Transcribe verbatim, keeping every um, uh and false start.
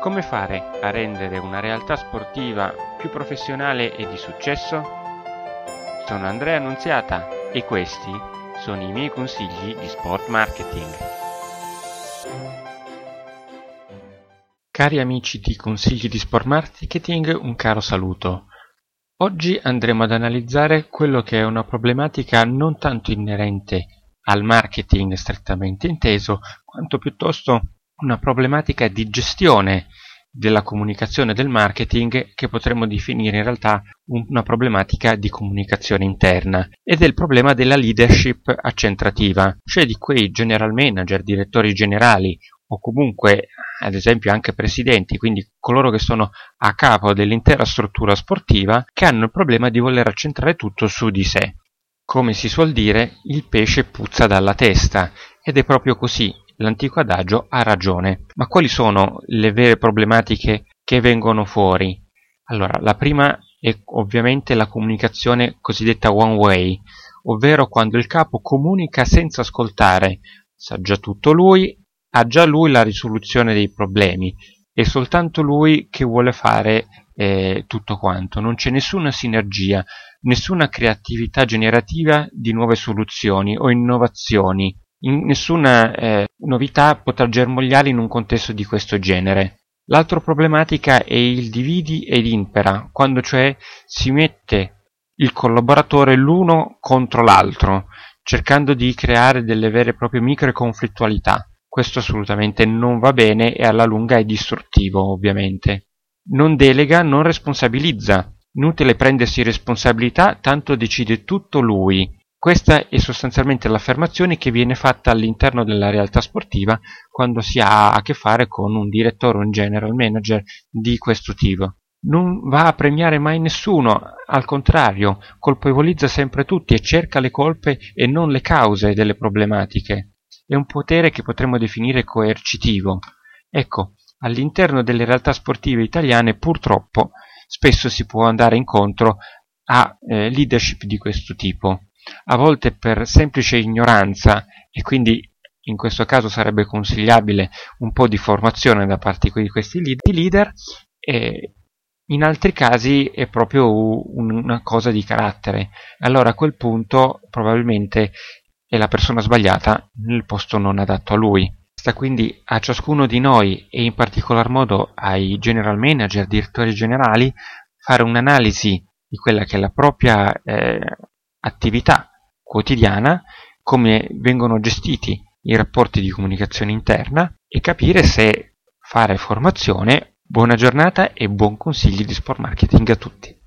Come fare a rendere una realtà sportiva più professionale e di successo? Sono Andrea Annunziata e questi sono i miei consigli di sport marketing. Cari amici di Consigli di Sport Marketing, un caro saluto. Oggi andremo ad analizzare quello che è una problematica non tanto inerente al marketing strettamente inteso, quanto piuttosto una problematica di gestione della comunicazione del marketing che potremmo definire in realtà una problematica di comunicazione interna, ed è il problema della leadership accentrativa, cioè di quei general manager, direttori generali o comunque ad esempio anche presidenti, quindi coloro che sono a capo dell'intera struttura sportiva, che hanno il problema di voler accentrare tutto su di sé. Come si suol dire, il pesce puzza dalla testa, ed è proprio così. L'antico adagio ha ragione. Ma quali sono le vere problematiche che vengono fuori? Allora, la prima è ovviamente la comunicazione cosiddetta one way, ovvero quando il capo comunica senza ascoltare. Sa già tutto lui, ha già lui la risoluzione dei problemi, è soltanto lui che vuole fare eh, tutto quanto. Non c'è nessuna sinergia, nessuna creatività generativa di nuove soluzioni o innovazioni. In nessuna eh, novità potrà germogliare in un contesto di questo genere. L'altra problematica è il dividi ed impera, quando cioè si mette il collaboratore l'uno contro l'altro, cercando di creare delle vere e proprie microconflittualità. Questo assolutamente non va bene e alla lunga è distruttivo, ovviamente. Non delega, non responsabilizza. Inutile prendersi responsabilità, tanto decide tutto lui. Questa è sostanzialmente l'affermazione che viene fatta all'interno della realtà sportiva quando si ha a che fare con un direttore o un general manager di questo tipo. Non va a premiare mai nessuno, al contrario, colpevolizza sempre tutti e cerca le colpe e non le cause delle problematiche. È un potere che potremmo definire coercitivo. Ecco, all'interno delle realtà sportive italiane purtroppo spesso si può andare incontro a eh, leadership di questo tipo. A volte per semplice ignoranza, e quindi in questo caso sarebbe consigliabile un po' di formazione da parte di questi leader, e in altri casi è proprio una cosa di carattere. Allora a quel punto probabilmente è la persona sbagliata nel posto non adatto a lui. Sta quindi a ciascuno di noi, e in particolar modo ai general manager, direttori generali, fare un'analisi di quella che è la propria eh, attività quotidiana, come vengono gestiti i rapporti di comunicazione interna e capire se fare formazione. Buona giornata e buon consigli di sport marketing a tutti.